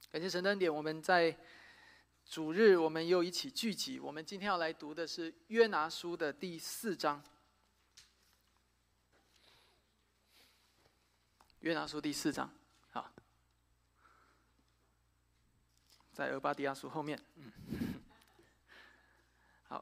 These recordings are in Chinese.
感谢神的恩典，我们在主日我们又一起聚集。我们今天要来读的是约拿书的第4章。约拿书第4章，好，在俄巴底亚书后面。好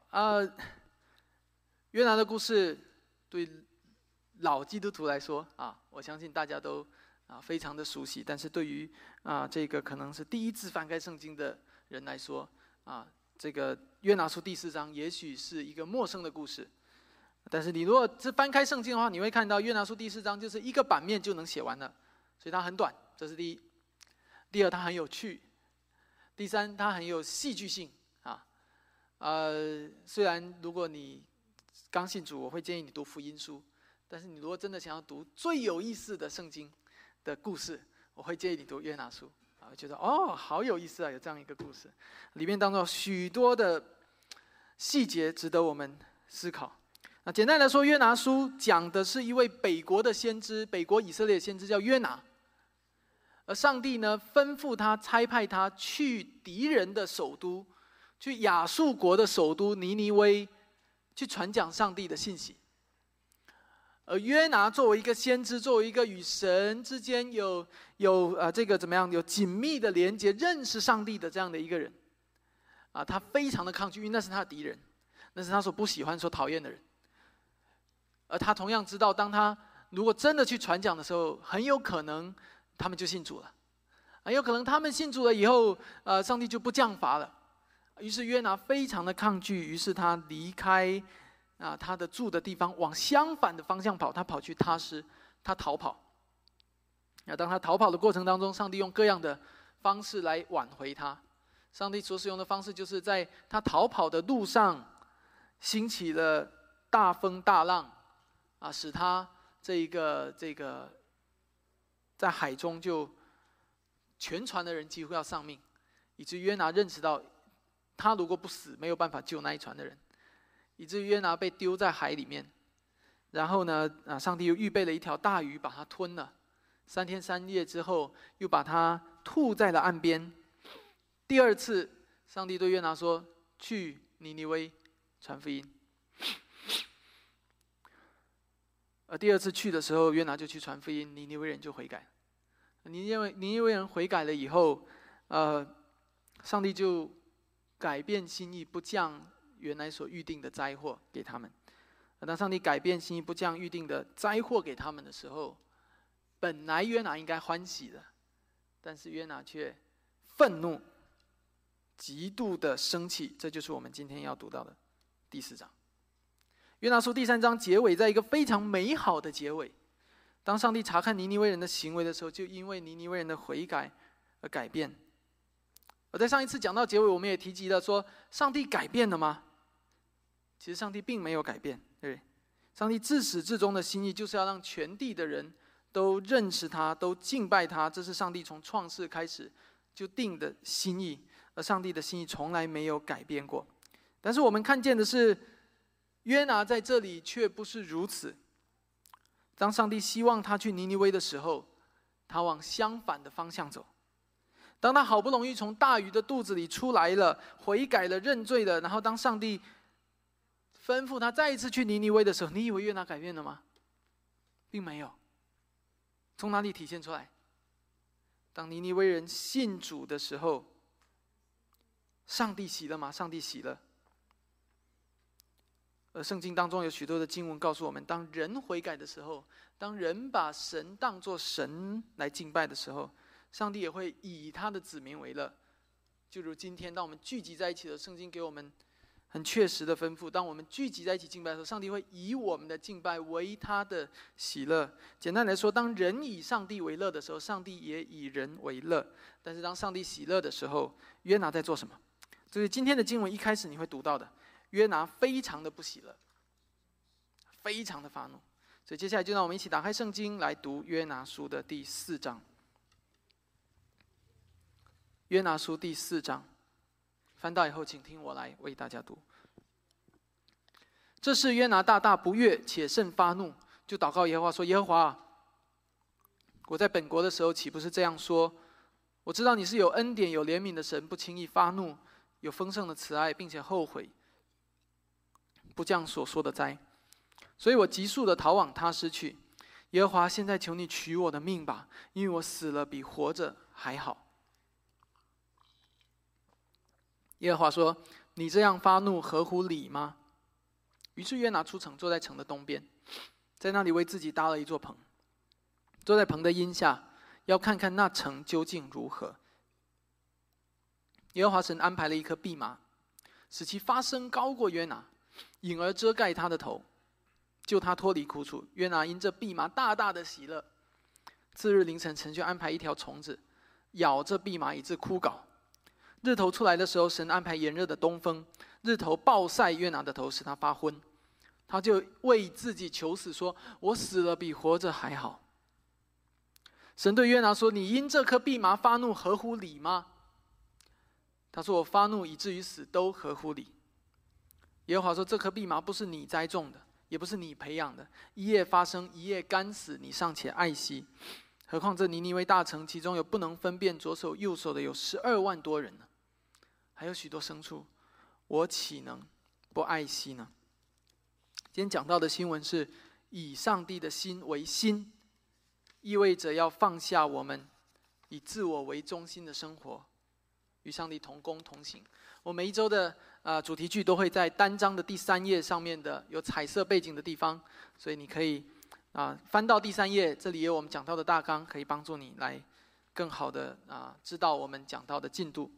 约拿的故事对老基督徒来说我相信大家都非常的熟悉，但是对于这个可能是第一次翻开圣经的人来说这个约拿书第4章也许是一个陌生的故事。但是你如果是翻开圣经的话，你会看到约拿书第4章就是一个版面就能写完了，所以它很短，这是第一。第二，它很有趣。第三，它很有戏剧性虽然如果你刚信主，我会建议你读福音书，但是你如果真的想要读最有意思的圣经的故事，我会建议你读约拿书我觉得好有意思有这样一个故事，里面当中许多的细节值得我们思考。那简单来说，约拿书讲的是一位北国的先知，北国以色列的先知叫约拿，而上帝呢吩咐他差派他去敌人的首都，去亚述国的首都尼尼微，去传讲上帝的信息。而约拿作为一个先知，作为一个与神之间有这个怎么样有紧密的连接、认识上帝的这样的一个人他非常的抗拒，因为那是他的敌人，那是他所不喜欢、所讨厌的人。而他同样知道，当他如果真的去传讲的时候，很有可能他们就信主了，很有可能他们信主了以后，上帝就不降罚了。于是约拿非常的抗拒，于是他离开他的住的地方，往相反的方向跑。他跑去他施，他逃跑。当他逃跑的过程当中，上帝用各样的方式来挽回他。上帝所使用的方式，就是在他逃跑的路上，兴起了大风大浪使他这个在海中就全船的人几乎要丧命，以至于约拿认识到，他如果不死，没有办法救那一船的人，以至于约拿被丢在海里面。然后呢，上帝又预备了一条大鱼把他吞了。3天3夜之后，又把他吐在了岸边。第二次，上帝对约拿说：“去尼尼微传福音。”第二次去的时候，约拿就去传福音，尼尼微人就悔改。尼尼微人悔改了以后，上帝就改变心意，不降原来所预定的灾祸给他们。当上帝改变心意，不降预定的灾祸给他们的时候，本来约拿应该欢喜的，但是约拿却愤怒，极度的生气。这就是我们今天要读到的第4章。约拿书第3章结尾在一个非常美好的结尾。当上帝查看尼尼微人的行为的时候，就因为尼尼微人的悔改而改变。而在上一次讲到结尾，我们也提及了说，上帝改变了吗？其实上帝并没有改变，对不对？上帝自始至终的心意就是要让全地的人都认识他，都敬拜他，这是上帝从创世开始就定的心意，而上帝的心意从来没有改变过。但是我们看见的是，约拿在这里却不是如此。当上帝希望他去尼尼微的时候，他往相反的方向走。当他好不容易从大鱼的肚子里出来了，悔改了，认罪了，然后当上帝吩咐他再一次去尼尼微的时候，你以为约拿改变了吗？并没有。从哪里体现出来？当尼尼微人信主的时候，上帝喜了吗？上帝喜了。而圣经当中有许多的经文告诉我们，当人悔改的时候，当人把神当作神来敬拜的时候，上帝也会以他的子民为乐。就如今天当我们聚集在一起的，圣经给我们很确实的吩咐，当我们聚集在一起敬拜的时候，上帝会以我们的敬拜为他的喜乐。简单来说，当人以上帝为乐的时候，上帝也以人为乐。但是当上帝喜乐的时候，约拿在做什么？这是今天的经文一开始你会读到的。约拿非常的不喜乐，非常的发怒。所以接下来就让我们一起打开圣经来读约拿书的第4章。约拿书第4章，翻到以后请听我来为大家读。这是约拿大大不悦，且甚发怒，就祷告耶和华说：耶和华，我在本国的时候岂不是这样说？ 我知道你是有恩典、有怜悯的神，不轻易发怒，有丰盛的慈爱，并且后悔，不降所说的灾。所以我急速的逃往他施去。耶和华，现在求你取我的命吧，因为我死了比活着还好。耶和华说：你这样发怒合乎理吗？于是约拿出城，坐在城的东边，在那里为自己搭了一座棚，坐在棚的荫下，要看看那城究竟如何。耶和华神安排了一棵蓖麻，使其发声高过约拿，引而遮盖他的头，救他脱离苦楚。约拿因这蓖麻大大的喜乐。次日凌晨，神就安排一条虫子咬这蓖麻，以致枯槁。日头出来的时候，神安排炎热的东风，日头暴晒约拿的头，使他发昏。他就为自己求死，说：我死了比活着还好。神对约拿说：你因这棵蓖麻发怒，合乎理吗？他说：我发怒以至于死，都合乎理。耶和华说：这棵蓖麻不是你栽种的，也不是你培养的，一夜发生，一夜干死，你尚且爱惜，何况这尼尼微大城，其中有不能分辨左手右手的有12万多人呢，还有许多牲畜，我岂能不爱惜呢？今天讲到的新闻是以上帝的心为心，意味着要放下我们以自我为中心的生活，与上帝同工同行。我每一周的主题句都会在单章的第3页上面的有彩色背景的地方，所以你可以翻到第3页，这里有我们讲到的大纲，可以帮助你来更好的知道我们讲到的进度。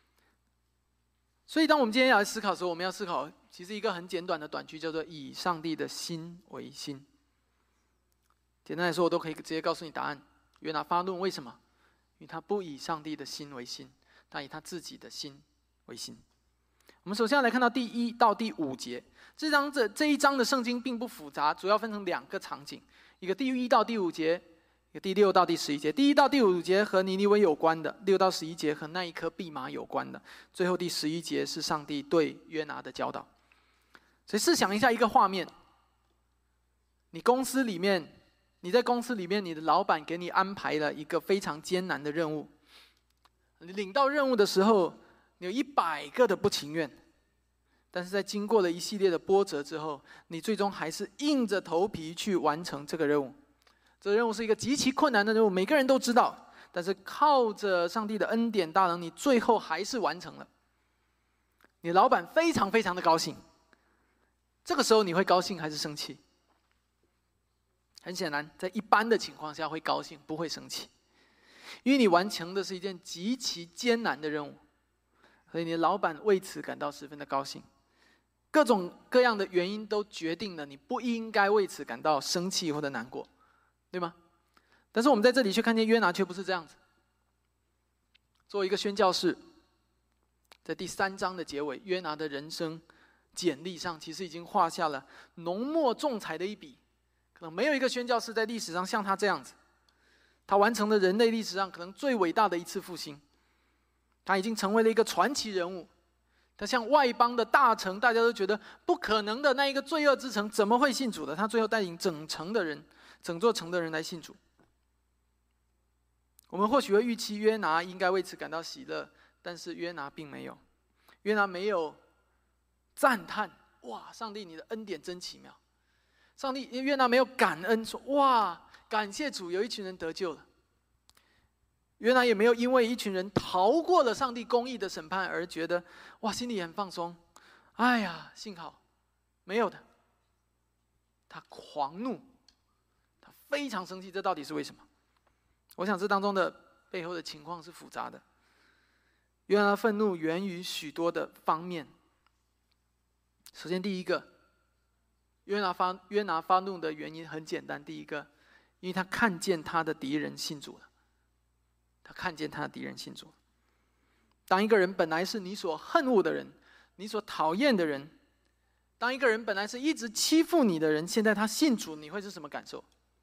所以当我们今天要来思考的时候，我们要思考其实一个很简短的短句，叫做以上帝的心为心。简单来说，我都可以直接告诉你答案。约拿发怒为什么？因为他不以上帝的心为心，他以他自己的心为心。我们首先要来看到第1到第5节。这一章的圣经并不复杂，主要分成2个场景，一个第1到第5节，一个第6到第11节。第1到第5节和尼尼微有关的，6到11节和那一棵蓖麻有关的，最后第11节是上帝对约拿的教导。所以试想一下一个画面，你在公司里面，你的老板给你安排了一个非常艰难的任务，你领到任务的时候，你有100个的不情愿，但是在经过了一系列的波折之后，你最终还是硬着头皮去完成这个任务。这个任务是一个极其困难的任务，每个人都知道，但是靠着上帝的恩典大能，你最后还是完成了。你老板非常非常的高兴。这个时候你会高兴还是生气？很显然，在一般的情况下会高兴，不会生气，因为你完成的是一件极其艰难的任务，所以你的老板为此感到十分的高兴。各种各样的原因都决定了你不应该为此感到生气或者难过，对吗？但是我们在这里却看见约拿却不是这样子。作为一个宣教士，在第3章的结尾，约拿的人生简历上其实已经画下了浓墨重彩的一笔。可能没有一个宣教士在历史上像他这样子，他完成了人类历史上可能最伟大的一次复兴。他已经成为了一个传奇人物。他像外邦的大城，大家都觉得不可能的那一个罪恶之城，怎么会信主的？他最后带领整座城的人来信主。我们或许会预期约拿应该为此感到喜乐，但是约拿并没有。约拿没有赞叹：哇，上帝你的恩典真奇妙。约拿没有感恩说：哇，感谢主，有一群人得救了。约拿也没有因为一群人逃过了上帝公义的审判而觉得哇，心里很放松。哎呀，幸好没有的。他狂怒，他非常生气，这到底是为什么？我想这当中的背后的情况是复杂的。约拿的愤怒源于许多的方面。首先第一个，约拿发怒的原因很简单，第一个，因为他看见他的敌人信主了。他看见他的敌人信主。当一个人本来是你所恨恶的人，你所讨厌的人，当一个人本来是一直欺负你的人，现在他信主，你会是什么感受？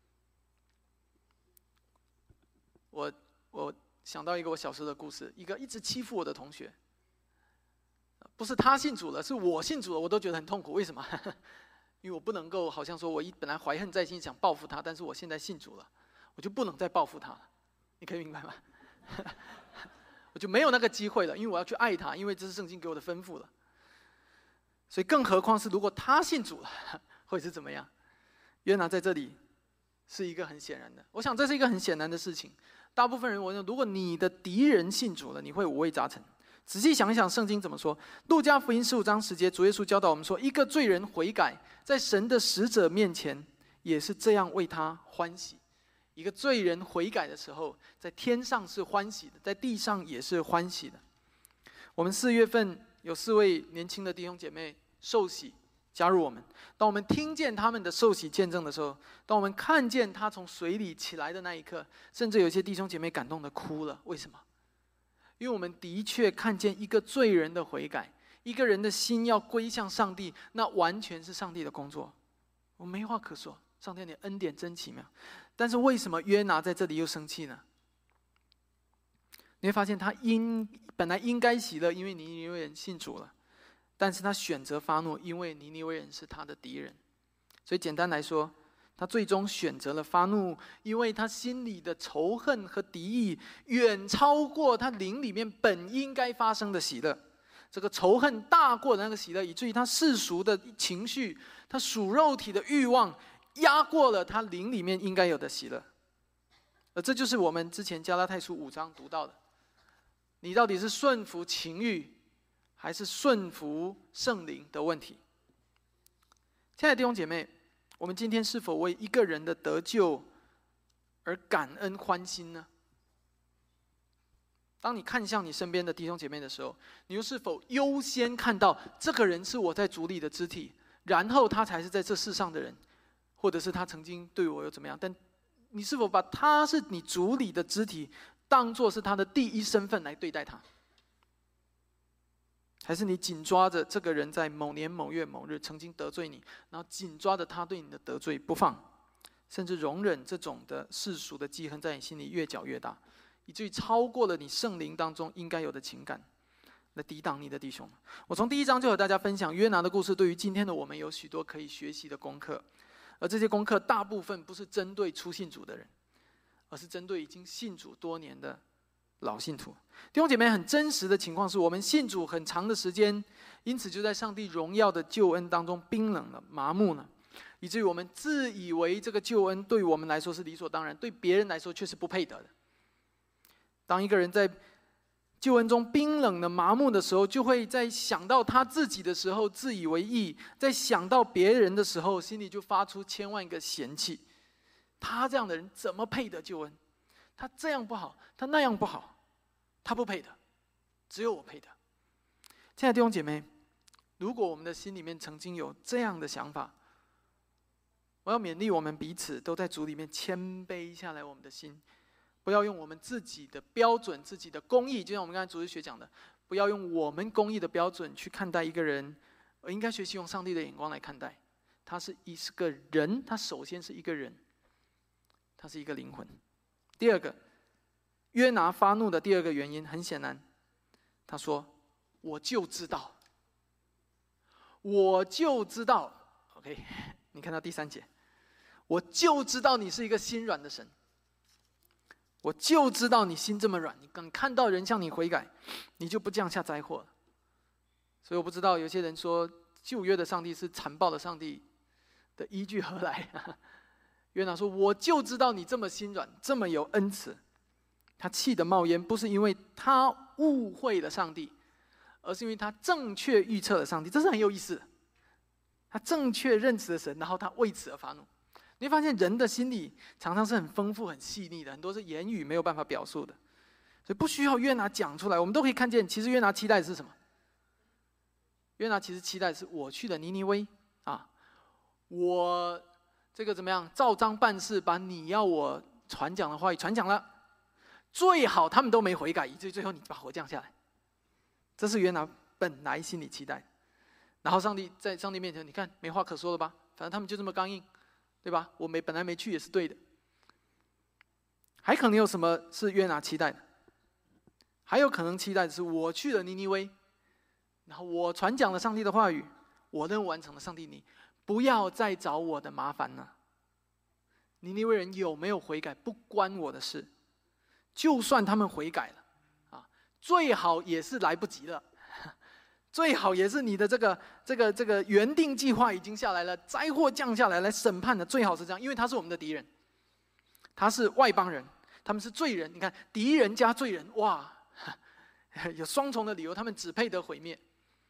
我想到一个我小时候的故事，一个一直欺负我的同学，不是他信主了，是我信主了，我都觉得很痛苦。为什么？因为我不能够好像说我本来怀恨在心想报复他，但是我现在信主了，我就不能再报复他了。你可以明白吗？ 我就没有那个机会了，因为我要去爱他，因为这是圣经给我的吩咐了。所以更何况是如果他信主了，会是怎么样？约拿在这里是一个很显然的，我想这是一个很显然的事情。大部分人，我认为，如果你的敌人信主了，你会五味杂陈。仔细想一想，圣经怎么说？路加福音15章10节，主耶稣教导我们说，一个罪人悔改，在神的使者面前也是这样为他欢喜。一个罪人悔改的时候，在天上是欢喜的，在地上也是欢喜的。我们4月份有4位年轻的弟兄姐妹受洗加入我们。当我们听见他们的受洗见证的时候，当我们看见他从水里起来的那一刻，甚至有些弟兄姐妹感动的哭了。为什么？因为我们的确看见一个罪人的悔改，一个人的心要归向上帝，那完全是上帝的工作，我没话可说。上帝的恩典真奇妙。但是为什么约拿在这里又生气呢？你会发现他本来应该喜乐，因为尼尼微人信主了，但是他选择发怒，因为尼尼微人是他的敌人。所以简单来说，他最终选择了发怒，因为他心里的仇恨和敌意远超过他灵里面本应该发生的喜乐。这个仇恨大过那个喜乐，以至于他世俗的情绪，他属肉体的欲望压过了他灵里面应该有的喜乐。而这就是我们之前加拉太书5章读到的，你到底是顺服情欲还是顺服圣灵的问题。亲爱的弟兄姐妹，我们今天是否为一个人的得救而感恩欢心呢？当你看向你身边的弟兄姐妹的时候，你又是否优先看到这个人是我在主里的肢体，然后他才是在这世上的人，或者是他曾经对我有怎么样？但你是否把他是你主里的肢体当作是他的第一身份来对待他？还是你紧抓着这个人在某年某月某日曾经得罪你，然后紧抓着他对你的得罪不放，甚至容忍这种的世俗的记恨在你心里越搅越大，以至于超过了你圣灵当中应该有的情感，来抵挡你的弟兄。我从第1章就和大家分享约拿的故事，对于今天的我们有许多可以学习的功课，而这些功课大部分不是针对初信主的人，而是针对已经信主多年的老信徒。弟兄姐妹，很真实的情况是，我们信主很长的时间，因此就在上帝荣耀的救恩当中冰冷了、麻木了，以至于我们自以为这个救恩对我们来说是理所当然，对别人来说却是不配得的。当一个人在救恩中冰冷的麻木的时候，就会在想到他自己的时候自以为义，在想到别人的时候，心里就发出千万个嫌弃。他这样的人怎么配得救恩？他这样不好，他那样不好，他不配的，只有我配的。亲爱的弟兄姐妹，如果我们的心里面曾经有这样的想法，我要勉励我们彼此都在主里面谦卑下来我们的心，不要用我们自己的标准、自己的公义，就像我们刚才主日学讲的，不要用我们公义的标准去看待一个人，而应该学习用上帝的眼光来看待。他是个人，他首先是一个人，他是一个灵魂。第二个，约拿发怒的第二个原因很显然，他说：“我就知道，我就知道。” OK， 你看到第3节，我就知道你是一个心软的神。我就知道你心这么软，你看到人向你悔改，你就不降下灾祸了。所以我不知道有些人说旧约的上帝是残暴的上帝的依据何来？约拿说：“我就知道你这么心软，这么有恩慈。”他气得冒烟，不是因为他误会了上帝，而是因为他正确预测了上帝。这是很有意思的。他正确认识了神，然后他为此而发怒。你会发现人的心理常常是很丰富、很细腻的，很多是言语没有办法表述的，所以不需要约拿讲出来，我们都可以看见。其实约拿期待的是什么？约拿其实期待的是我去了尼尼微啊，我这个怎么样照章办事，把你要我传讲的话语传讲了，最好他们都没悔改，以至于最后你把火降下来。这是约拿本来心里期待。然后在上帝面前，你看没话可说了吧？反正他们就这么刚硬，对吧？我本来没去也是对的。还可能有什么是约拿期待的？还有可能期待的是我去了尼尼微，然后我传讲了上帝的话语，我任务完成了，上帝你不要再找我的麻烦了。尼尼微人有没有悔改不关我的事， 就算他们悔改了，最好也是来不及了，最好也是你的这个原定计划已经下来了，灾祸降下来来审判的，最好是这样，因为他是我们的敌人，他是外邦人，他们是罪人。你看，敌人加罪人，哇，有双重的理由，他们只配得毁灭。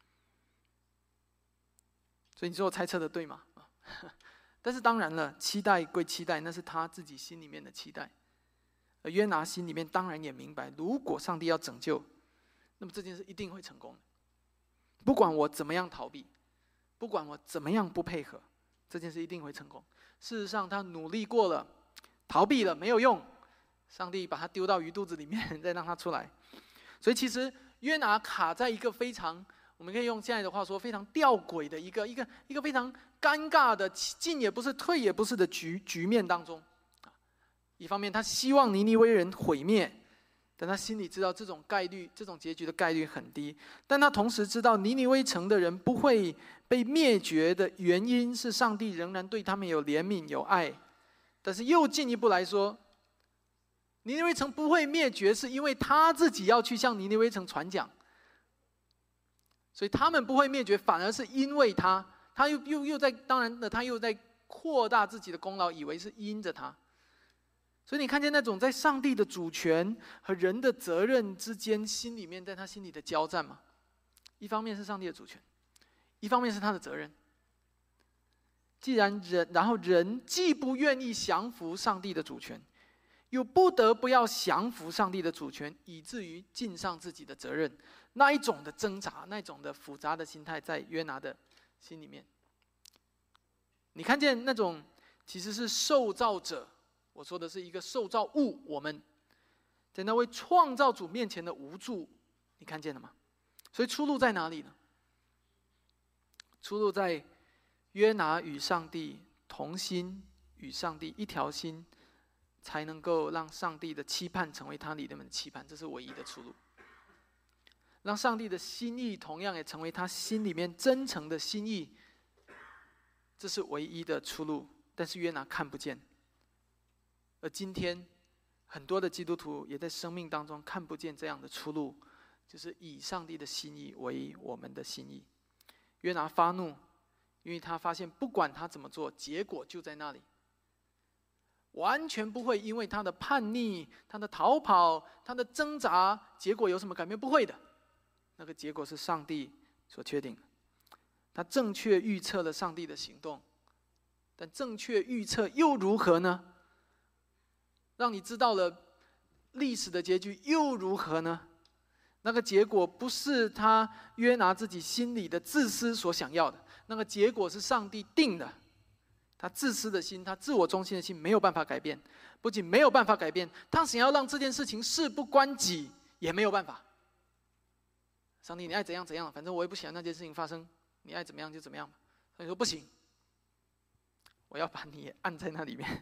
所以你说我猜测的对吗？但是当然了，期待归期待，那是他自己心里面的期待。而约拿心里面当然也明白，如果上帝要拯救，那么这件事一定会成功的。不管我怎么样逃避，不管我怎么样不配合，这件事一定会成功。事实上，他努力过了，逃避了没有用，上帝把他丢到鱼肚子里面，再让他出来。所以其实约拿卡在一个非常，我们可以用现在的话说，非常吊诡的一个非常尴尬的进也不是退也不是的局面当中。一方面他希望尼尼微人毁灭，但他心里知道这种结局的概率很低。但他同时知道尼尼微城的人不会被灭绝的原因是上帝仍然对他们有怜悯有爱。但是又进一步来说，尼尼微城不会灭绝，是因为他自己要去向尼尼微城传讲，所以他们不会灭绝，反而是因为他又在，当然了，他又在扩大自己的功劳，以为是因着他。所以你看见那种在上帝的主权和人的责任之间，心里面在他心里的交战吗？一方面是上帝的主权，一方面是他的责任。既然人既不愿意降服上帝的主权，又不得不要降服上帝的主权，以至于尽上自己的责任，那一种的挣扎，那一种的复杂的心态，在约拿的心里面。你看见那种其实是受造者，我说的是一个受造物，我们在那位创造主面前的无助，你看见了吗？所以出路在哪里呢？出路在约拿与上帝同心，与上帝一条心，才能够让上帝的期盼成为他里面的期盼，这是唯一的出路。让上帝的心意同样也成为他心里面真诚的心意，这是唯一的出路。但是约拿看不见，而今天很多的基督徒也在生命当中看不见这样的出路，就是以上帝的心意为我们的心意。约拿发怒，因为他发现不管他怎么做，结果就在那里，完全不会因为他的叛逆、他的逃跑、他的挣扎，结果有什么改变？不会的，那个结果是上帝所确定的。他正确预测了上帝的行动，但正确预测又如何呢？让你知道了历史的结局又如何呢？那个结果不是他约拿自己心里的自私所想要的，那个结果是上帝定的。他自私的心，他自我中心的心没有办法改变，不仅没有办法改变，他想要让这件事情事不关己也没有办法。上帝，你爱怎样怎样，反正我也不想那件事情发生，你爱怎么样就怎么样吧。他说不行，我要把你按在那里面，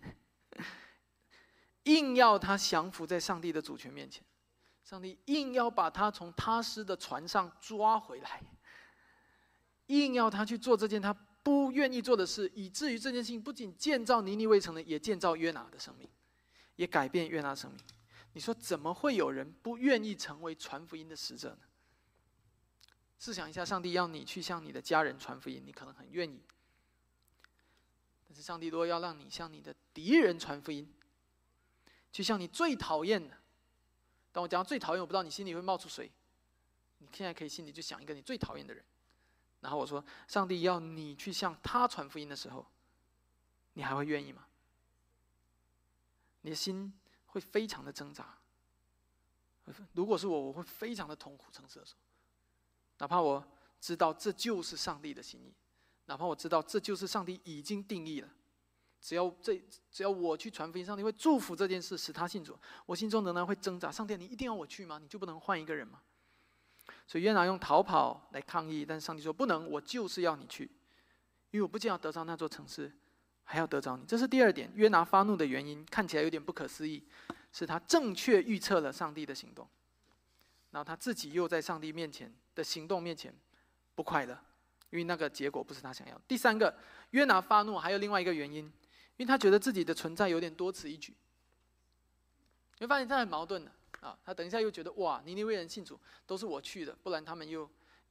硬要他降服在上帝的主权面前。上帝硬要把他从他施的船上抓回来，硬要他去做这件他不愿意做的事，以至于这件事情不仅建造尼尼微城的，也建造约拿的生命，也改变约拿的生命。你说怎么会有人不愿意成为传福音的使者呢？试想一下，上帝要你去向你的家人传福音，你可能很愿意。但是上帝如果要让你向你的敌人传福音，去向你最讨厌的，当我讲到最讨厌，我不知道你心里会冒出谁。你现在可以心里就想一个你最讨厌的人，然后我说，上帝要你去向他传福音的时候，你还会愿意吗？你的心会非常的挣扎。如果是我，我会非常的痛苦承受。哪怕我知道这就是上帝的心意，哪怕我知道这就是上帝已经定义了，只要我去传福音，上帝会祝福这件事，使他信主。我心中仍然会挣扎：上帝，你一定要我去吗？你就不能换一个人吗？所以约拿用逃跑来抗议，但是上帝说不能，我就是要你去，因为我不仅要得着那座城市，还要得着你。这是第二点，约拿发怒的原因看起来有点不可思议，是他正确预测了上帝的行动，然后他自己又在上帝面前的行动面前不快乐，因为那个结果不是他想要的。第三个，约拿发怒还有另外一个原因，因为他觉得自己的存在有点多此一举， 会发现他很矛盾的啊。他等一下又觉得哇，尼尼微人信主都是我去的，不然他们又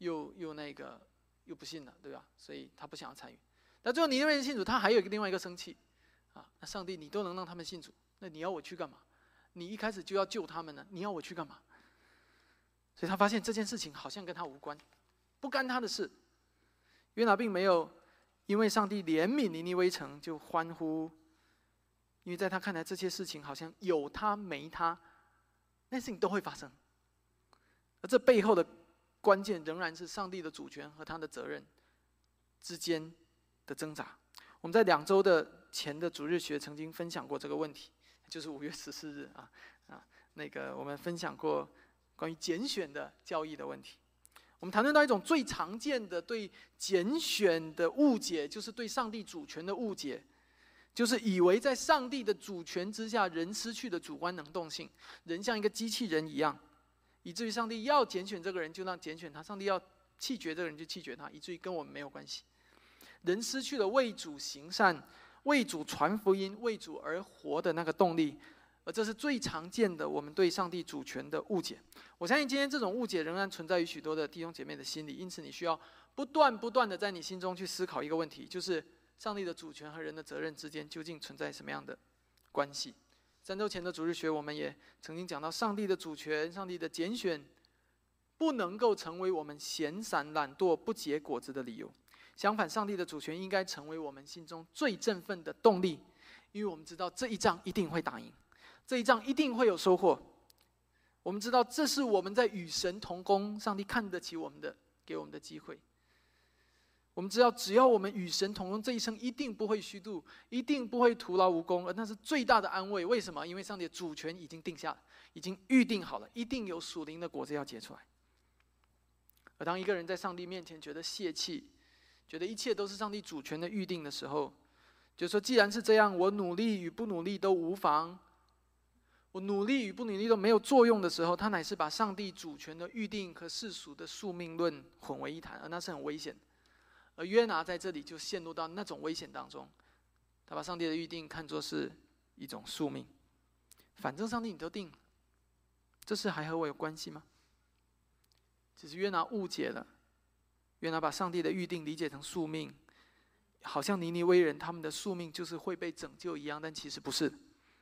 不信了，对吧？所以他不想要参与。那最后尼尼微人信主，他还有另外一个生气啊。那上帝，你都能让他们信主，那你要我去干嘛？你一开始就要救他们呢，你要我去干嘛？所以他发现这件事情好像跟他无关，不干他的事。约拿并没有因为上帝怜悯尼尼微城就欢呼，因为在他看来这些事情好像有他没他，那事情都会发生。而这背后的关键仍然是上帝的主权和他的责任之间的挣扎。我们在2周前的主日学曾经分享过这个问题，就是5月14日我们分享过关于拣选的教义的问题。我们谈论到一种最常见的对拣选的误解，就是对上帝主权的误解，就是以为在上帝的主权之下，人失去了主观能动性，人像一个机器人一样，以至于上帝要拣选这个人就让拣选他，上帝要弃绝这个人就弃绝他，以至于跟我们没有关系。人失去了为主行善、为主传福音、为主而活的那个动力，而这是最常见的我们对上帝主权的误解。我相信今天这种误解仍然存在于许多的弟兄姐妹的心里，因此你需要不断的在你心中去思考一个问题，就是上帝的主权和人的责任之间究竟存在什么样的关系。3周前的主日学，我们也曾经讲到，上帝的主权、上帝的拣选，不能够成为我们闲散懒惰不结果子的理由。相反，上帝的主权应该成为我们心中最振奋的动力，因为我们知道这一仗一定会打赢，这一仗一定会有收获。我们知道这是我们在与神同工，上帝看得起我们的，给我们的机会。我们知道只要我们与神同工，这一生一定不会虚度，一定不会徒劳无功，而那是最大的安慰。为什么？因为上帝的主权已经定下了，已经预定好了，一定有属灵的果子要结出来。而当一个人在上帝面前觉得泄气，觉得一切都是上帝主权的预定的时候，就说既然是这样，我努力与不努力都无妨，我努力与不努力都没有作用的时候，他乃是把上帝主权的预定和世俗的宿命论混为一谈，而那是很危险的。而约拿在这里就陷入到那种危险当中，他把上帝的预定看作是一种宿命，反正上帝你都定了，这事还和我有关系吗？只是约拿误解了，约拿把上帝的预定理解成宿命，好像尼尼微人他们的宿命就是会被拯救一样，但其实不是。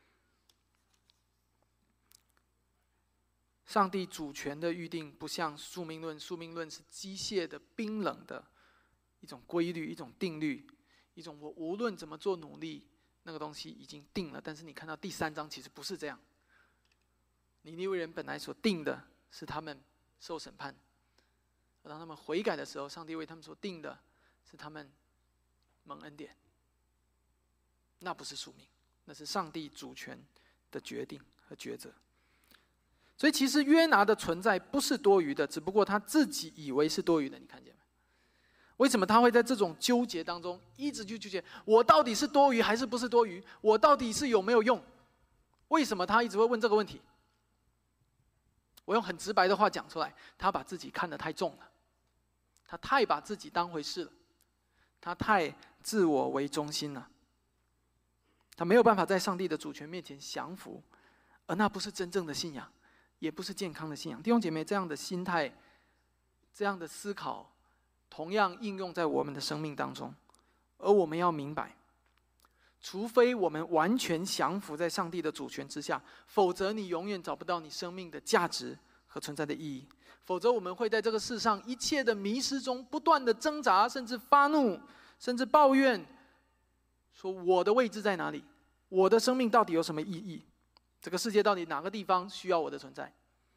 上帝主权的预定不像宿命论，宿命论是机械的、冰冷的一种规律、一种定律、一种我无论怎么做努力，那个东西已经定了。但是你看到第3章其实不是这样，尼尼微人本来所定的是他们受审判，而当他们悔改的时候，上帝为他们所定的是他们蒙恩典。那不是宿命，那是上帝主权的决定和抉择。所以其实约拿的存在不是多余的，只不过他自己以为是多余的。你看见没？为什么他会在这种纠结当中一直去纠结，我到底是多余还是不是多余？我到底是有没有用？为什么他一直会问这个问题？我用很直白的话讲出来，他把自己看得太重了，他太把自己当回事了，他太自我为中心了，他没有办法在上帝的主权面前降服，而那不是真正的信仰，也不是健康的信仰。弟兄姐妹，这样的心态，这样的思考，同样应用在我们的生命当中。而我们要明白，除非我们完全降服在上帝的主权之下，否则你永远找不到你生命的价值和存在的意义。否则我们会在这个世上一切的迷失中不断的挣扎，甚至发怒，甚至抱怨，说我的位置在哪里？我的生命到底有什么意义？这个世界到底哪个地方需要我的存在？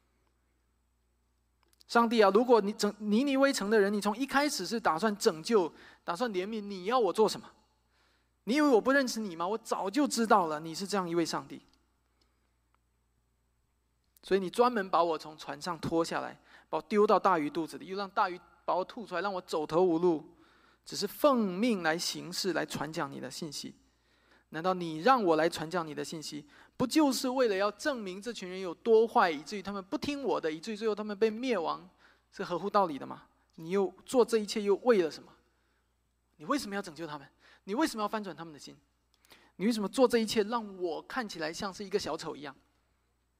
上帝啊，如果你尼尼微城的人，你从一开始是打算拯救、打算怜悯，你要我做什么？你以为我不认识你吗？我早就知道了，你是这样一位上帝。所以你专门把我从船上拖下来，把我丢到大鱼肚子里，又让大鱼把我吐出来，让我走投无路，只是奉命来行事，来传讲你的信息。难道你让我来传讲你的信息，不就是为了要证明这群人有多坏，以至于他们不听我的，以至于最后他们被灭亡，是合乎道理的吗？你又做这一切又为了什么？你为什么要拯救他们？你为什么要翻转他们的心？你为什么做这一切让我看起来像是一个小丑一样？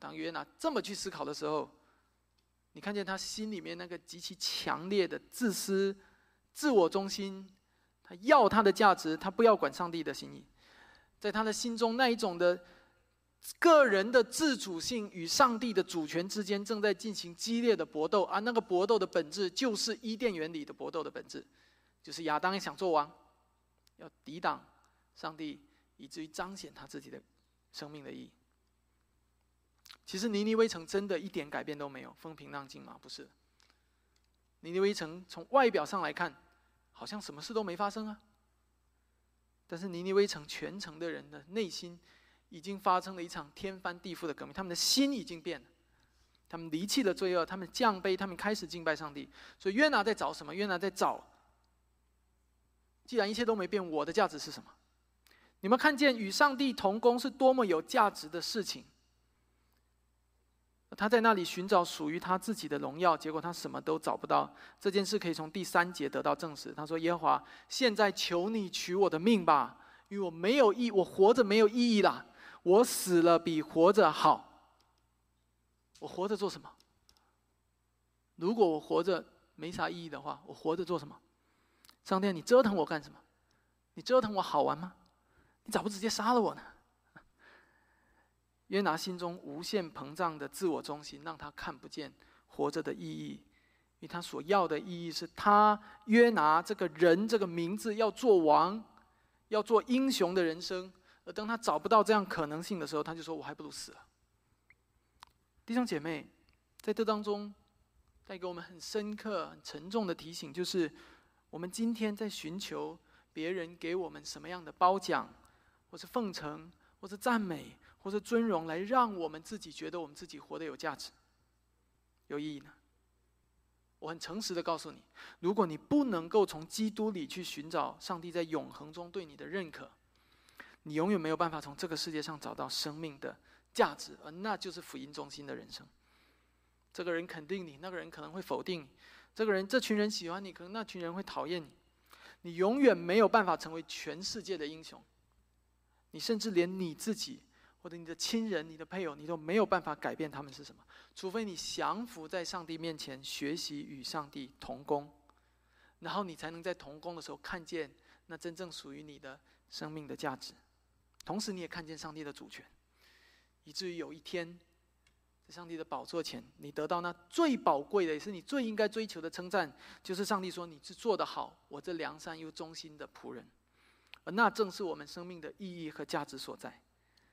当约拿这么去思考的时候，你看见他心里面那个极其强烈的自私、自我中心，他要他的价值，他不要管上帝的心意，在他的心中那一种的个人的自主性与上帝的主权之间正在进行激烈的搏斗，而那个搏斗的本质就是伊甸园里的搏斗的本质，就是亚当想做王，要抵挡上帝，以至于彰显他自己的生命的意义。其实尼尼微城真的一点改变都没有，风平浪静吗？不是。尼尼微城从外表上来看，好像什么事都没发生啊。但是尼尼微城全城的人的内心已经发生了一场天翻地覆的革命，他们的心已经变了，他们离弃了罪恶，他们降卑，他们开始敬拜上帝。所以约拿在找什么？约拿在找，既然一切都没变，我的价值是什么？你们看见与上帝同工是多么有价值的事情。他在那里寻找属于他自己的荣耀，结果他什么都找不到。这件事可以从第3节得到证实。他说：“耶和华，现在求你取我的命吧，因为我活着没有意义啦，我死了比活着好。我活着做什么？如果我活着没啥意义的话，我活着做什么？上帝，你折腾我干什么？你折腾我好玩吗？你咋不直接杀了我呢？”约拿心中无限膨胀的自我中心，让他看不见活着的意义，因为他所要的意义是他约拿这个人这个名字要做王，要做英雄的人生。而当他找不到这样可能性的时候，他就说：“我还不如死了。”弟兄姐妹，在这当中带给我们很深刻、很沉重的提醒，就是我们今天在寻求别人给我们什么样的褒奖，或是奉承，或是赞美，或是尊荣，来让我们自己觉得我们自己活得有价值、有意义呢？我很诚实的告诉你，如果你不能够从基督里去寻找上帝在永恒中对你的认可，你永远没有办法从这个世界上找到生命的价值，而那就是福音中心的人生。这个人肯定你，那个人可能会否定你；这群人喜欢你，可能那群人会讨厌你。你永远没有办法成为全世界的英雄，你甚至连你自己或者你的亲人、你的配偶，你都没有办法改变他们是什么，除非你降服在上帝面前，学习与上帝同工，然后你才能在同工的时候看见那真正属于你的生命的价值，同时你也看见上帝的主权，以至于有一天，在上帝的宝座前，你得到那最宝贵的，也是你最应该追求的称赞，就是上帝说你是做得好，我这良善又忠心的仆人，而那正是我们生命的意义和价值所在。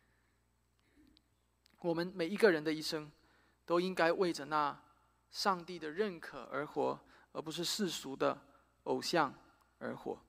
我们每一个人的一生，都应该为着那上帝的认可而活，而不是世俗的偶像而活。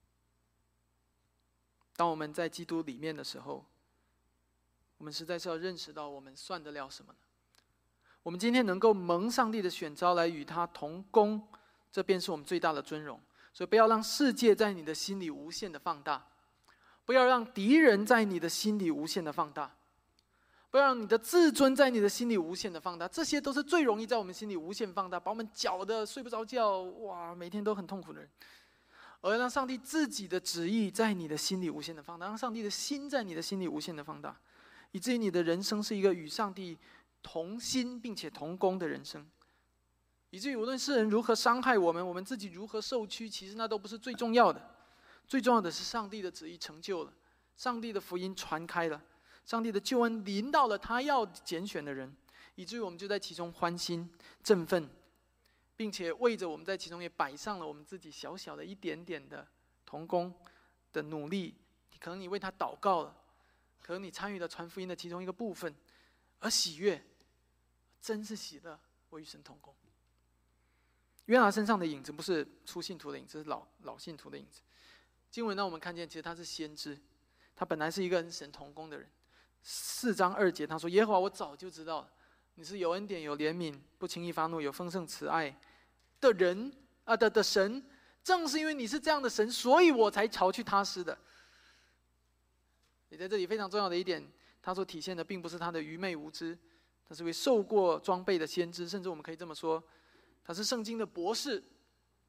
当我们在基督里面的时候，我们实在是要认识到我们算得了什么呢？我们今天能够蒙上帝的选召来与他同工，这便是我们最大的尊荣。所以不要让世界在你的心里无限的放大，不要让敌人在你的心里无限的放大，不要让你的自尊在你的心里无限的放大，这些都是最容易在我们心里无限放大，把我们搅得睡不着觉，哇，每天都很痛苦的人。而让上帝自己的旨意在你的心里无限的放大，让上帝的心在你的心里无限的放大，以至于你的人生是一个与上帝同心并且同工的人生，以至于无论世人如何伤害我们，我们自己如何受屈，其实那都不是最重要的。最重要的是上帝的旨意成就了，上帝的福音传开了，上帝的救恩临到了他要拣选的人，以至于我们就在其中欢欣振奋，并且为着我们在其中也摆上了我们自己小小的一点点的同工的努力。可能你为他祷告了，可能你参与了传福音的其中一个部分，而喜悦，真是喜乐，我与神同工。约拿身上的影子不是初信徒的影子，是老信徒的影子。经文让我们看见，其实他是先知，他本来是一个跟神同工的人。4章2节他说：“耶和华，我早就知道你是有恩典、有怜悯、不轻易发怒、有丰盛慈爱的人的神，正是因为你是这样的神，所以我才逃去他施的。”也在这里非常重要的一点，他所体现的并不是他的愚昧无知，他是位受过装备的先知，甚至我们可以这么说，他是圣经的博士。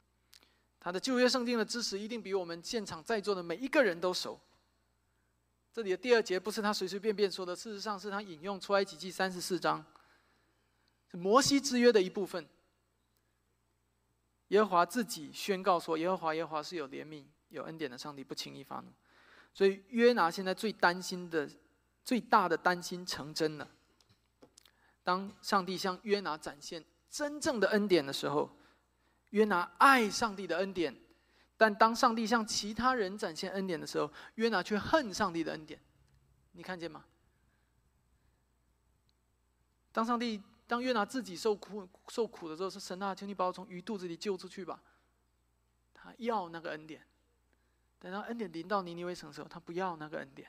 他的旧约圣经的知识一定比我们现场在座的每一个人都熟。 这里的第2节不是他随随便便说的，事实上是他引用出埃及记34章，是摩西之约的一部分。耶和华自己宣告说，耶和华是有怜悯、有恩典的上帝，不轻易发怒。所以约拿现在最大的担心成真了。当上帝向约拿展现真正的恩典的时候，约拿爱上帝的恩典，但当上帝向其他人展现恩典的时候，约拿却恨上帝的恩典。你看见吗？当约拿自己受苦的时候，说神啊，求你把我从鱼肚子里救出去吧。他要那个恩典，等到恩典临到尼尼微城的时候，他不要那个恩典。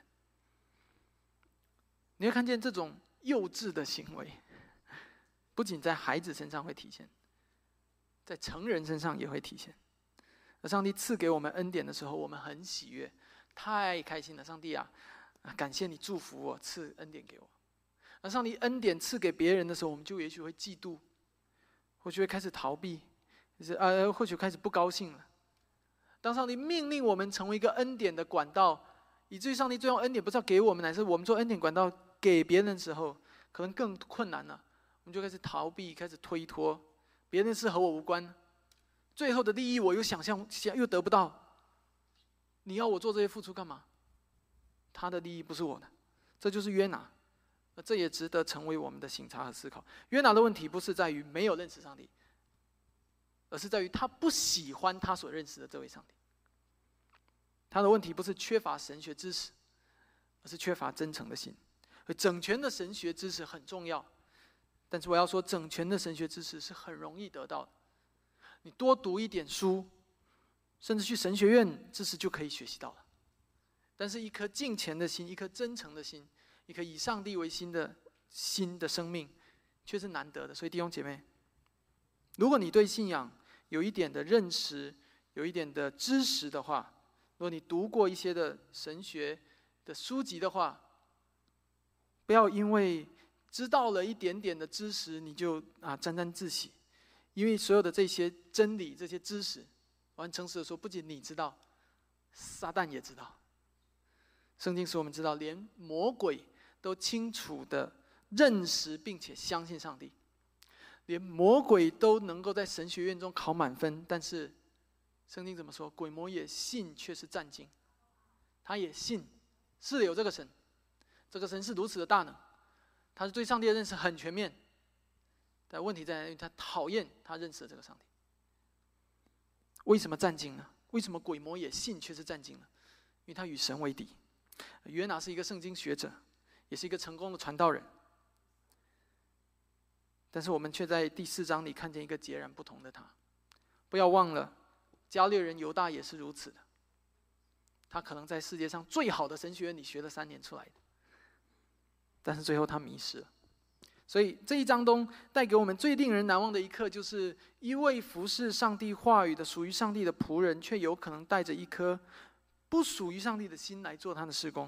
你会看见这种幼稚的行为，不仅在孩子身上会体现，在成人身上也会体现。而上帝赐给我们恩典的时候，我们很喜悦，太开心了。上帝啊，感谢你祝福我，赐恩典给我。而上帝恩典赐给别人的时候，我们就也许会嫉妒，或许会开始逃避，或许开始不高兴了。当上帝命令我们成为一个恩典的管道，以至于上帝最终恩典不是要给我们，乃是我们做恩典管道给别人的时候，可能更困难了。我们就开始逃避，开始推脱，别人的事和我无关，最后的利益我又想又得不到，你要我做这些付出干嘛？他的利益不是我的，这就是约拿。这也值得成为我们的省察和思考。约拿的问题不是在于没有认识上帝，而是在于他不喜欢他所认识的这位上帝。他的问题不是缺乏神学知识，而是缺乏真诚的心。整全的神学知识很重要，但是我要说，整全的神学知识是很容易得到的。你多读一点书，甚至去神学院，知识就可以学习到了。但是一颗敬虔的心，一颗真诚的心，一颗以上帝为心的生命，却是难得的。所以弟兄姐妹，如果你对信仰有一点的认识，有一点的知识的话，如果你读过一些的神学的书籍的话，不要因为知道了一点点的知识，你就沾沾自喜。因为所有的这些真理、这些知识，我很诚实的说，不仅你知道，撒旦也知道。圣经使我们知道，连魔鬼都清楚的认识并且相信上帝，连魔鬼都能够在神学院中考满分，但是圣经怎么说？鬼魔也信，却是战惊。他也信，是有这个神，这个神是如此的大能，他是对上帝的认识很全面。但问题在于他讨厌他认识的这个上帝。为什么战惊呢？为什么鬼魔也信却是战惊呢？因为他与神为敌。约拿是一个圣经学者，也是一个成功的传道人，但是我们却在第4章里看见一个截然不同的他。不要忘了，加略人犹大也是如此的。他可能在世界上最好的神学院里学了3年出来的，但是最后他迷失了。所以这一章中带给我们最令人难忘的一课，就是一位服侍上帝话语的属于上帝的仆人，却有可能带着一颗不属于上帝的心来做他的事工。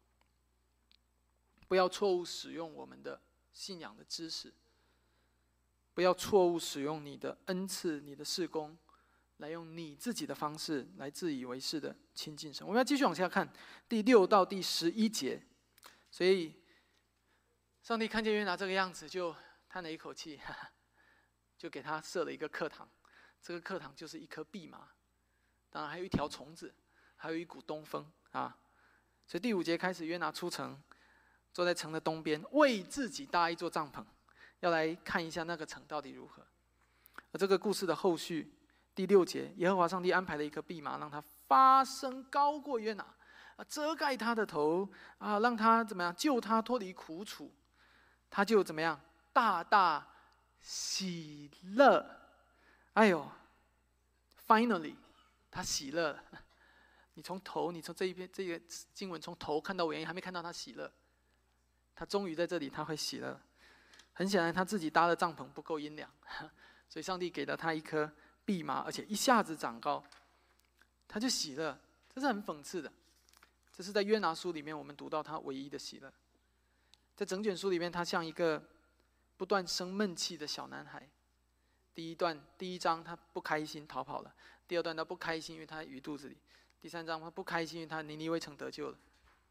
不要错误使用我们的信仰的知识，不要错误使用你的恩赐、你的事工，来用你自己的方式来自以为是的亲近神。我们要继续往下看第6到第11节。所以上帝看见约拿这个样子，就叹了一口气，就给他设了一个课堂。这个课堂就是一颗蓖麻，当然还有一条虫子，还有一股东风啊。所以第5节开始，约拿出城，坐在城的东边，为自己搭一座帐篷，要来看一下那个城到底如何。而这个故事的后续，第6节，耶和华上帝安排了一颗蓖麻，让它发声高过约拿，遮盖他的头，让他怎么样，救他脱离苦楚。他就怎么样，大大喜乐。哎呦 ，finally， 他喜乐了。你从这个经文从头看到尾，还没看到他喜乐。他终于在这里，他会喜乐。很显然，他自己搭的帐篷不够阴凉，所以上帝给了他一颗蓖麻，而且一下子长高，他就喜乐。这是很讽刺的。这是在约拿书里面我们读到他唯一的喜乐。在整卷书里面，他像一个不断生闷气的小男孩。第一章他不开心逃跑了，第2段他不开心，因为他鱼肚子里；第3章他不开心，因为他尼尼微城得救了。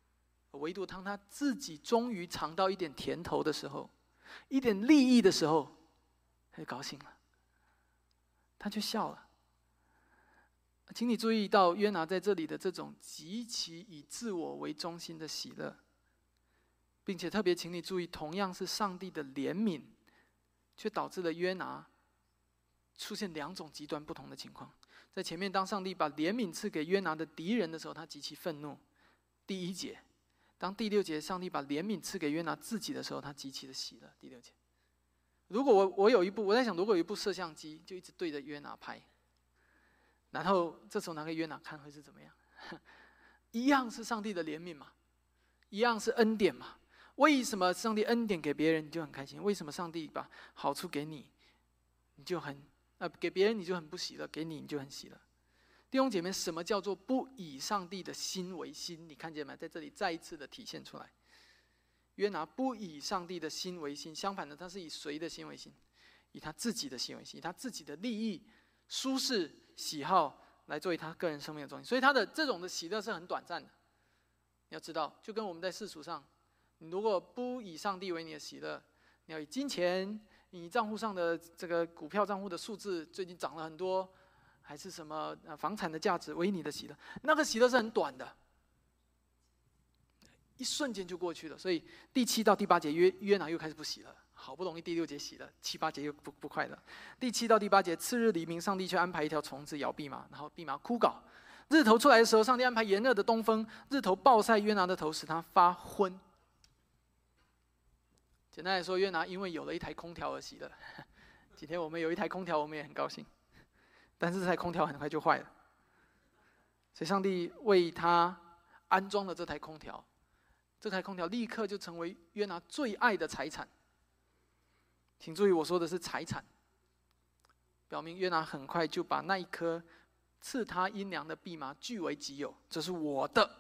唯独当他自己终于尝到一点甜头的时候，一点利益的时候，他就高兴了，他就笑了。请你注意到约拿在这里的这种极其以自我为中心的喜乐，并且特别请你注意，同样是上帝的怜悯，却导致了约拿出现两种极端不同的情况。在前面，当上帝把怜悯赐给约拿的敌人的时候，他极其愤怒。第1节，当第6节上帝把怜悯赐给约拿自己的时候，他极其的喜乐。第6节，如果我在想，如果有一部摄像机就一直对着约拿拍，然后这时候拿给约拿看会是怎么样？一样是上帝的怜悯嘛，一样是恩典嘛。为什么上帝恩典给别人你就很开心？为什么上帝把好处给你，你就很给别人你就很不喜乐，给你就很喜乐？弟兄姐妹，什么叫做不以上帝的心为心？你看见没？在这里再一次的体现出来。约拿不以上帝的心为心，相反的，他是以谁的心为心？以他自己的心为心，以他自己的利益、舒适、喜好来作为他个人生命的中心。所以他的这种的喜乐是很短暂的。你要知道，就跟我们在世俗上，你如果不以上帝为你的喜乐，你要以金钱、你账户上的这个股票账户的数字最近涨了很多，还是什么房产的价值为你的喜乐，那个喜乐是很短的，一瞬间就过去了。所以第7到第8节约拿又开始不喜乐，好不容易第6节喜乐，7、8节又不快乐。第7到第8节，次日黎明，上帝却安排一条虫子咬蓖麻，然后蓖麻枯槁。日头出来的时候，上帝安排炎热的东风，日头暴晒约拿的头，使他发昏。简单来说，约拿因为有了一台空调而喜乐。今天我们有一台空调，我们也很高兴，但是这台空调很快就坏了，所以上帝为他安装了这台空调，这台空调立刻就成为约拿最爱的财产。请注意，我说的是财产，表明约拿很快就把那一颗赐他阴凉的蓖麻据为己有，这是我的。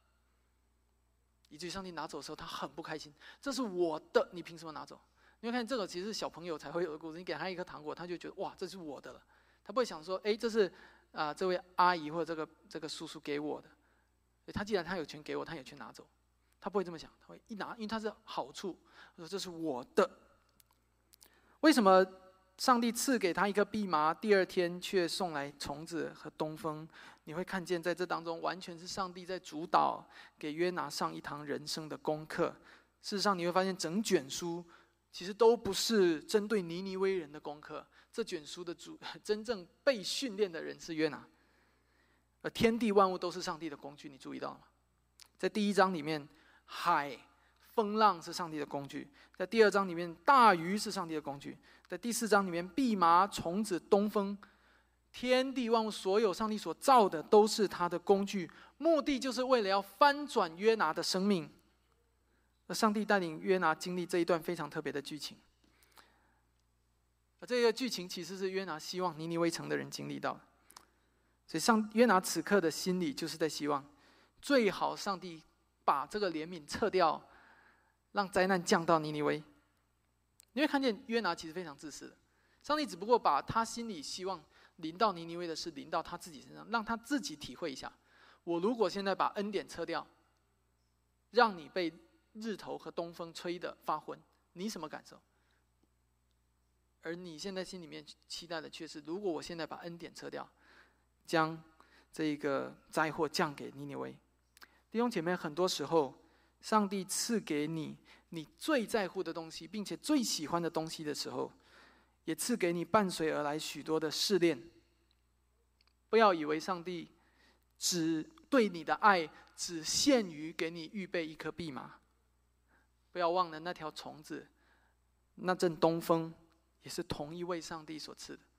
以至于上帝拿走的时候，他很不开心，这是我的，你凭什么拿走？你会看这个其实是小朋友才会有的故事，你给他一颗糖果，他就觉得哇，这是我的了，他不会想说，这是这位阿姨或者这个叔叔给我的，他既然他有权给我，他有权拿走，他不会这么想，他会一拿，因为他是好处，他说这是我的。为什么上帝赐给他一个蓖麻，第2天却送来虫子和东风？你会看见在这当中完全是上帝在主导，给约拿上一堂人生的功课。事实上你会发现整卷书其实都不是针对尼尼微人的功课，这卷书的真正被训练的人是约拿，而天地万物都是上帝的工具，你注意到了吗？在第1章里面，海风浪是上帝的工具；在第2章里面，大鱼是上帝的工具；在第4章里面，蓖麻、虫子、东风，天地万物所有上帝所造的都是他的工具，目的就是为了要翻转约拿的生命。而上帝带领约拿经历这一段非常特别的剧情，而这个剧情其实是约拿希望尼尼微城的人经历到的。所以约拿此刻的心里就是在希望，最好上帝把这个怜悯撤掉，让灾难降到尼尼微。你会看见约拿其实非常自私的，上帝只不过把他心里希望临到尼尼微的事临到他自己身上，让他自己体会一下，我如果现在把恩典撤掉，让你被日头和东风吹得发昏，你什么感受？而你现在心里面期待的却是，如果我现在把恩典撤掉，将这个灾祸降给尼尼微。弟兄姐妹，很多时候上帝赐给你你最在乎的东西，并且最喜欢的东西的时候，也赐给你伴随而来许多的试炼。不要以为上帝只对你的爱只限于给你预备一颗蓖麻，不要忘了那条虫子，那阵东风也是同一位上帝所赐的。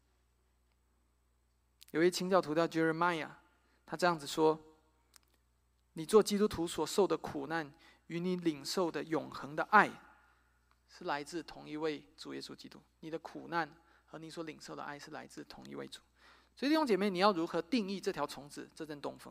有一清教徒叫 Jeremiah， 他这样子说，你做基督徒所受的苦难与你领受的永恒的爱是来自同一位主耶稣基督，你的苦难和你所领受的爱是来自同一位主。所以弟兄姐妹，你要如何定义这条虫子，这阵东风？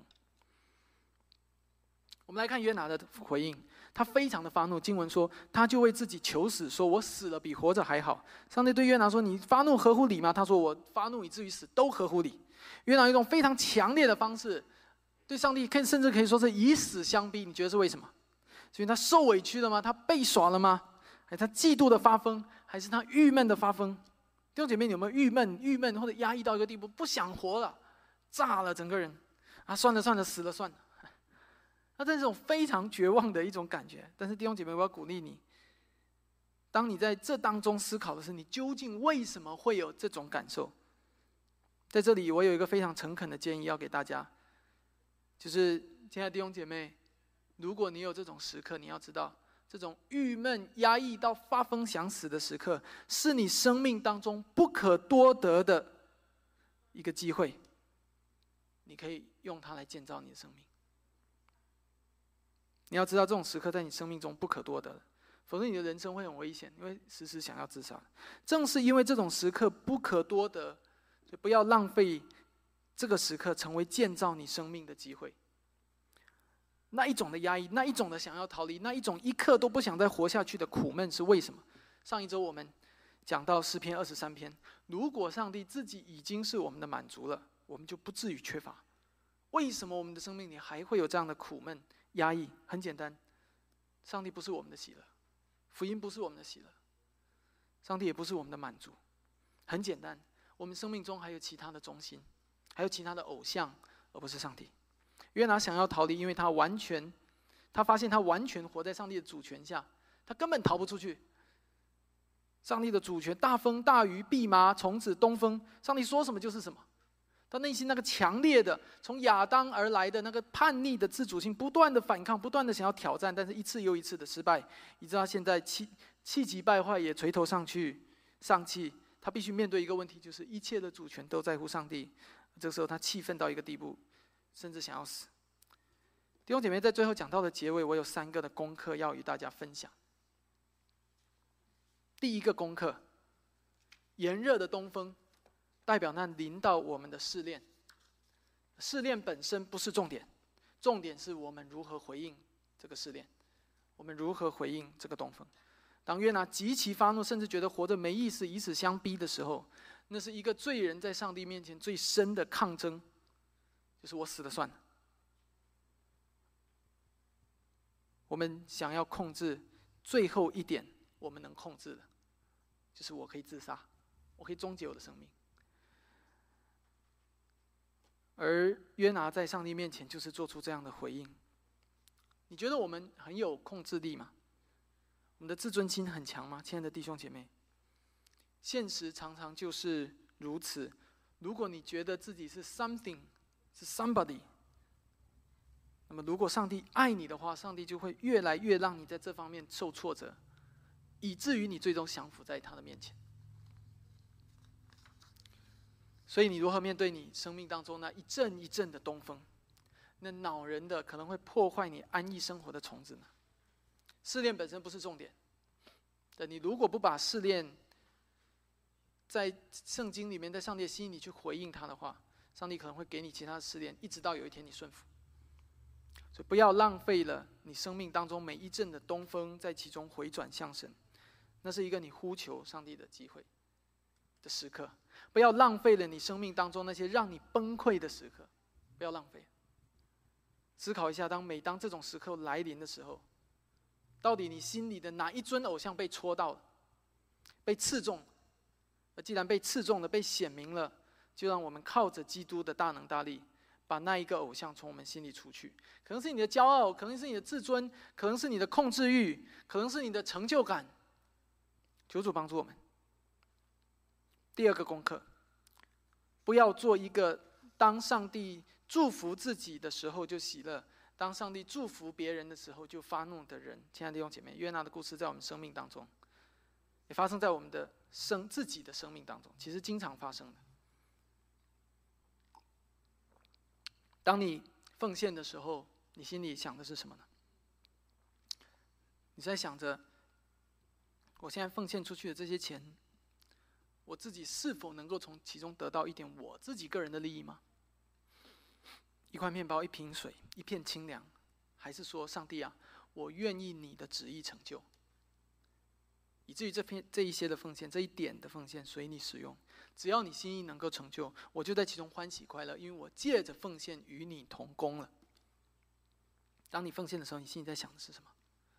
我们来看约拿的回应，他非常的发怒。经文说，他就为自己求死，说我死了比活着还好。上帝对约拿说，你发怒合乎理吗？他说，我发怒以至于死都合乎理。约拿用一种非常强烈的方式对上帝甚至可以说是以死相逼。你觉得是为什么？ 所以他受委屈了吗？他被耍了吗？还是他嫉妒的发疯？还是他郁闷的发疯？弟兄姐妹，你有没有郁闷或者压抑到一个地步，不想活了，炸了整个人啊？算了算了，死了算了。那这是一种非常绝望的一种感觉。但是弟兄姐妹，我要鼓励你，当你在这当中思考的是，你究竟为什么会有这种感受？在这里，我有一个非常诚恳的建议要给大家，就是亲爱的弟兄姐妹，如果你有这种时刻，你要知道，这种郁闷、压抑到发疯、想死的时刻，是你生命当中不可多得的一个机会，你可以用它来建造你的生命。你要知道，这种时刻在你生命中不可多得的，否则你的人生会很危险，因为时时想要自杀。正是因为这种时刻不可多得，所以不要浪费这个时刻成为建造你生命的机会。那一种的压抑，那一种的想要逃离，那一种一刻都不想再活下去的苦闷是为什么？上一周我们讲到诗篇23篇，如果上帝自己已经是我们的满足了，我们就不至于缺乏。为什么我们的生命里还会有这样的苦闷、压抑？很简单，上帝不是我们的喜乐，福音不是我们的喜乐，上帝也不是我们的满足。很简单，我们生命中还有其他的中心，还有其他的偶像，而不是上帝。约拿想要逃离，因为他发现他完全活在上帝的主权下，他根本逃不出去。上帝的主权，大风大雨蓖麻虫子东风，上帝说什么就是什么。他内心那个强烈的从亚当而来的那个叛逆的自主性，不断的反抗，不断的想要挑战，但是一次又一次的失败，以致他现在气急败坏，也垂头丧气。他必须面对一个问题，就是一切的主权都在乎上帝。这个时候他气愤到一个地步，甚至想要死。弟兄姐妹，在最后讲到的结尾，我有3个的功课要与大家分享。第一个功课，炎热的东风代表那临到我们的试炼。试炼本身不是重点，重点是我们如何回应这个试炼，我们如何回应这个东风。当约拿极其发怒，甚至觉得活着没意思，以死相逼的时候，那是一个罪人在上帝面前最深的抗争，就是我死了算了。我们想要控制最后一点，我们能控制的，就是我可以自杀，我可以终结我的生命。而约拿在上帝面前就是做出这样的回应。你觉得我们很有控制力吗？我们的自尊心很强吗？亲爱的弟兄姐妹，现实常常就是如此。如果你觉得自己是 something， 是 somebody， 那么如果上帝爱你的话，上帝就会越来越让你在这方面受挫折，以至于你最终降服在他的面前。所以你如何面对你生命当中那一阵一阵的东风，那恼人的可能会破坏你安逸生活的虫子呢？试炼本身不是重点，但你如果不把试炼在圣经里面，在上帝的心里去回应他的话，上帝可能会给你其他的试炼，一直到有一天你顺服。所以不要浪费了你生命当中每一阵的东风，在其中回转向神，那是一个你呼求上帝的机会的时刻。不要浪费了你生命当中那些让你崩溃的时刻，不要浪费。思考一下，每当这种时刻来临的时候，到底你心里的哪一尊偶像被戳到了，被刺中？而既然被刺中了，被显明了，就让我们靠着基督的大能大力，把那一个偶像从我们心里除去。可能是你的骄傲，可能是你的自尊，可能是你的控制欲，可能是你的成就感。求主帮助我们。第二个功课，不要做一个当上帝祝福自己的时候就喜乐，当上帝祝福别人的时候就发怒的人。亲爱的弟兄姐妹，约拿的故事在我们生命当中，也发生在我们的自己的生命当中，其实经常发生的。当你奉献的时候，你心里想的是什么呢？你在想着，我现在奉献出去的这些钱，我自己是否能够从其中得到一点我自己个人的利益吗？一块面包，一瓶水，一片清凉，还是说，上帝啊，我愿意你的旨意成就，以至于这一些的奉献，这一点的奉献随你使用，只要你心意能够成就，我就在其中欢喜快乐，因为我借着奉献与你同工了。当你奉献的时候，你心里在想的是什么？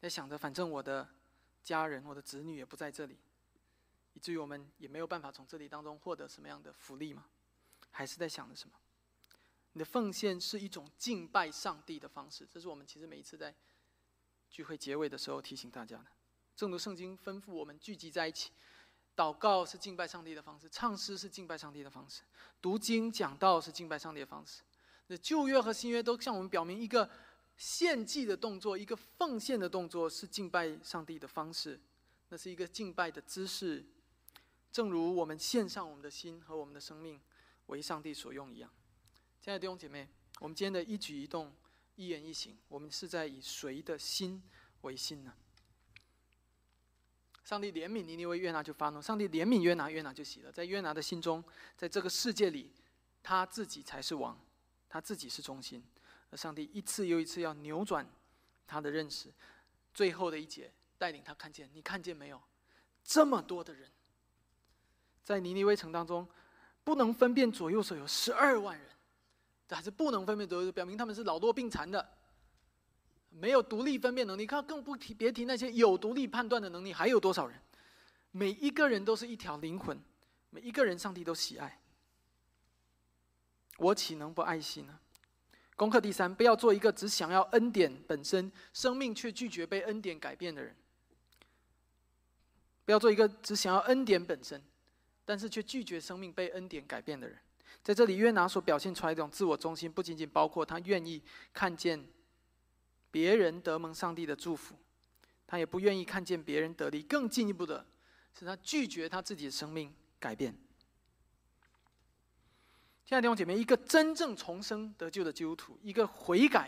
在想着反正我的家人、我的子女也不在这里，以至于我们也没有办法从这里当中获得什么样的福利吗？还是在想着什么？你的奉献是一种敬拜上帝的方式，这是我们其实每一次在聚会结尾的时候提醒大家的。正如圣经吩咐我们聚集在一起，祷告是敬拜上帝的方式，唱诗是敬拜上帝的方式，读经讲道是敬拜上帝的方式。那旧约和新约都向我们表明，一个献祭的动作，一个奉献的动作是敬拜上帝的方式，那是一个敬拜的姿势。正如我们献上我们的心和我们的生命为上帝所用一样。亲爱的弟兄姐妹，我们今天的一举一动、一言一行，我们是在以谁的心为心呢？上帝怜悯尼尼微，约拿就发怒；上帝怜悯约拿，约拿就喜乐。在约拿的心中，在这个世界里，他自己才是王，他自己是中心。而上帝一次又一次要扭转他的认识。最后的一节带领他看见，你看见没有？这么多的人，在尼尼微城当中，不能分辨左右手有12万人，这还是不能分辨左右手，表明他们是老弱病残的。没有独立分辨能力，更别提那些有独立判断的能力还有多少人？每一个人都是一条灵魂，每一个人上帝都喜爱。我岂能不爱惜呢？功课第3，不要做一个只想要恩典本身，生命却拒绝被恩典改变的人。不要做一个只想要恩典本身，但是却拒绝生命被恩典改变的人。在这里，约拿所表现出来的这种自我中心，不仅仅包括他愿意看见别人得蒙上帝的祝福，他也不愿意看见别人得利，更进一步的是他拒绝他自己的生命改变。亲爱的弟兄姐妹，一个真正重生得救的基督徒，一个悔改、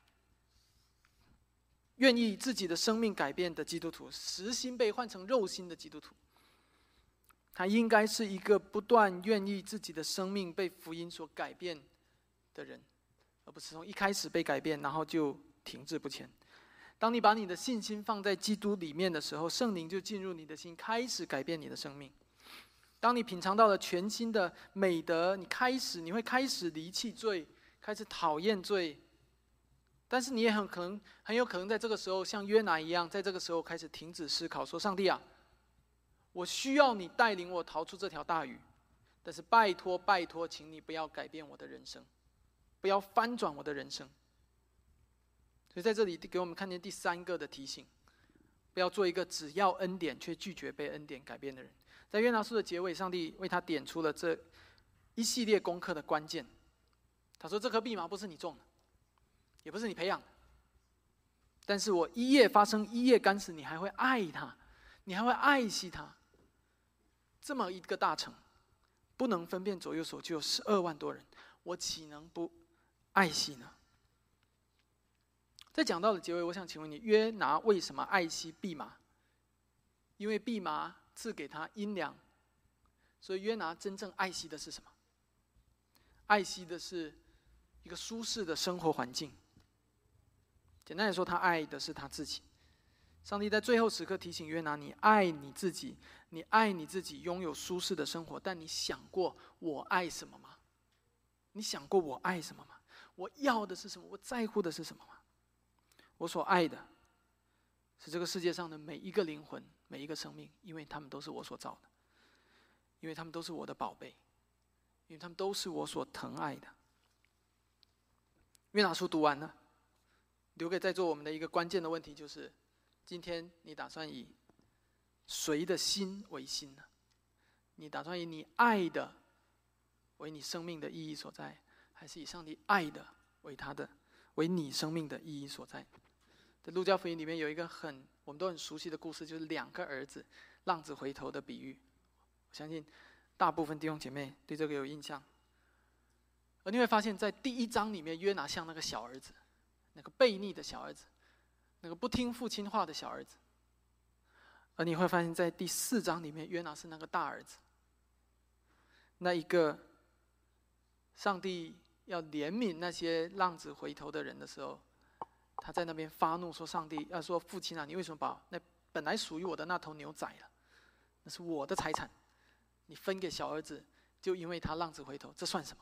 愿意自己的生命改变的基督徒，实心被换成肉心的基督徒，他应该是一个不断愿意自己的生命被福音所改变的人，而不是从一开始被改变，然后就停滞不前。当你把你的信心放在基督里面的时候，圣灵就进入你的心，开始改变你的生命。当你品尝到了全新的美德，你会开始离弃罪，开始讨厌罪。但是你也很有可能在这个时候像约拿一样，在这个时候开始停止思考，说：上帝啊，我需要你带领我逃出这条大鱼，但是拜托拜托，请你不要改变我的人生，不要翻转我的人生。所以在这里给我们看见第3个的提醒，不要做一个只要恩典却拒绝被恩典改变的人。在约拿书的结尾，上帝为他点出了这一系列功课的关键。他说：这颗蓖麻不是你种的，也不是你培养的，但是我一夜发生一夜干死，你还会爱他，你还会爱惜他。这么一个大城，不能分辨左右手就有12万多人，我岂能不爱惜呢？在讲到的结尾，我想请问你，约拿为什么爱惜蓖麻？因为蓖麻赐给他阴凉，所以约拿真正爱惜的是什么？爱惜的是一个舒适的生活环境。简单来说，他爱的是他自己。上帝在最后时刻提醒约拿：你爱你自己，你爱你自己拥有舒适的生活，但你想过我爱什么吗？你想过我爱什么吗？我要的是什么？我在乎的是什么吗？我所爱的是这个世界上的每一个灵魂，每一个生命，因为他们都是我所造的，因为他们都是我的宝贝，因为他们都是我所疼爱的。约拿书读完了，留给在座我们的一个关键的问题就是：今天你打算以谁的心为心呢？你打算以你爱的为你生命的意义所在，还是以上帝爱的为你生命的意义所在？在路加福音里面有一个我们都很熟悉的故事，就是2个儿子浪子回头的比喻。我相信大部分弟兄姐妹对这个有印象。而你会发现在第1章里面，约拿像那个小儿子，那个悖逆的小儿子，那个不听父亲话的小儿子。而你会发现在第4章里面，约拿是那个大儿子，那一个上帝要怜悯那些浪子回头的人的时候，他在那边发怒说：上帝要说父亲啊，你为什么把那本来属于我的那头牛宰了？那是我的财产，你分给小儿子，就因为他浪子回头，这算什么？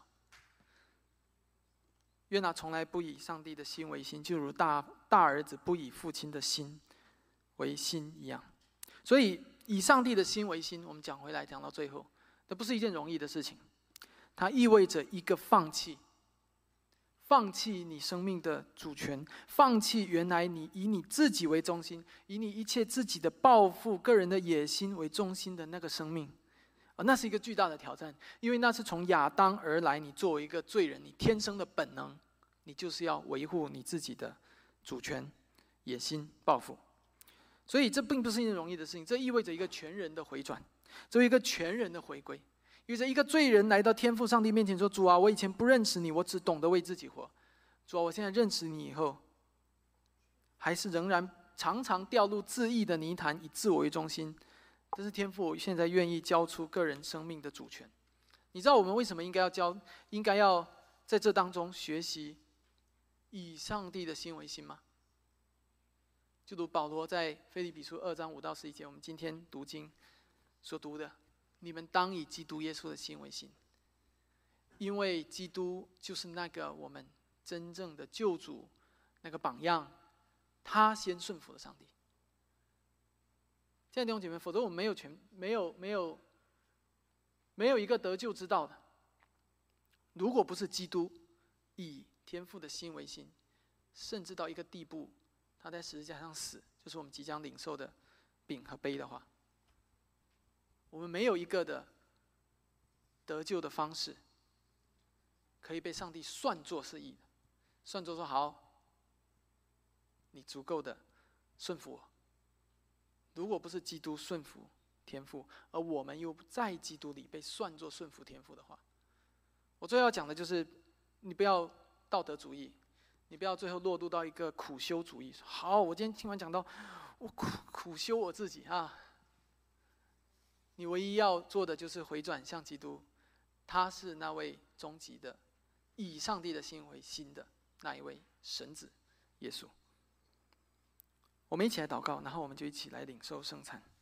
约拿从来不以上帝的心为心，就如大儿子不以父亲的心为心一样。所以以上帝的心为心，我们讲回来讲到最后，这不是一件容易的事情，它意味着一个放弃。放弃你生命的主权，放弃原来你以你自己为中心，以你一切自己的抱负、个人的野心为中心的那个生命，那是一个巨大的挑战，因为那是从亚当而来。你作为一个罪人，你天生的本能，你就是要维护你自己的主权、野心、抱负。所以这并不是一件容易的事情，这意味着一个全人的回转，作为一个全人的回归。因为这一个罪人来到天父上帝面前说：“主啊，我以前不认识你，我只懂得为自己活。主啊，我现在认识你以后，还是仍然常常掉入自义的泥潭，以自我为中心。这是天父现在愿意交出个人生命的主权。你知道我们为什么应该要在这当中学习以上帝的心为心吗？就如保罗在腓立比书2章5到11节，我们今天读经所读的。你们当以基督耶稣的心为心，因为基督就是那个我们真正的救主，那个榜样，他先顺服了上帝。亲爱的弟兄姐妹，否则我们没有一个得救之道的。如果不是基督以天父的心为心，甚至到一个地步，他在十字架上死，就是我们即将领受的饼和杯的话，我们没有一个的得救的方式可以被上帝算作是义的，算作说好，你足够的顺服我。如果不是基督顺服天父，而我们又在基督里被算作顺服天父的话，我最后要讲的就是，你不要道德主义，你不要最后落入到一个苦修主义。好，我今天听完讲到，我苦修我自己啊。你唯一要做的就是回转向基督，他是那位终极的以上帝的心为心的那一位神子耶稣。我们一起来祷告，然后我们就一起来领受圣餐。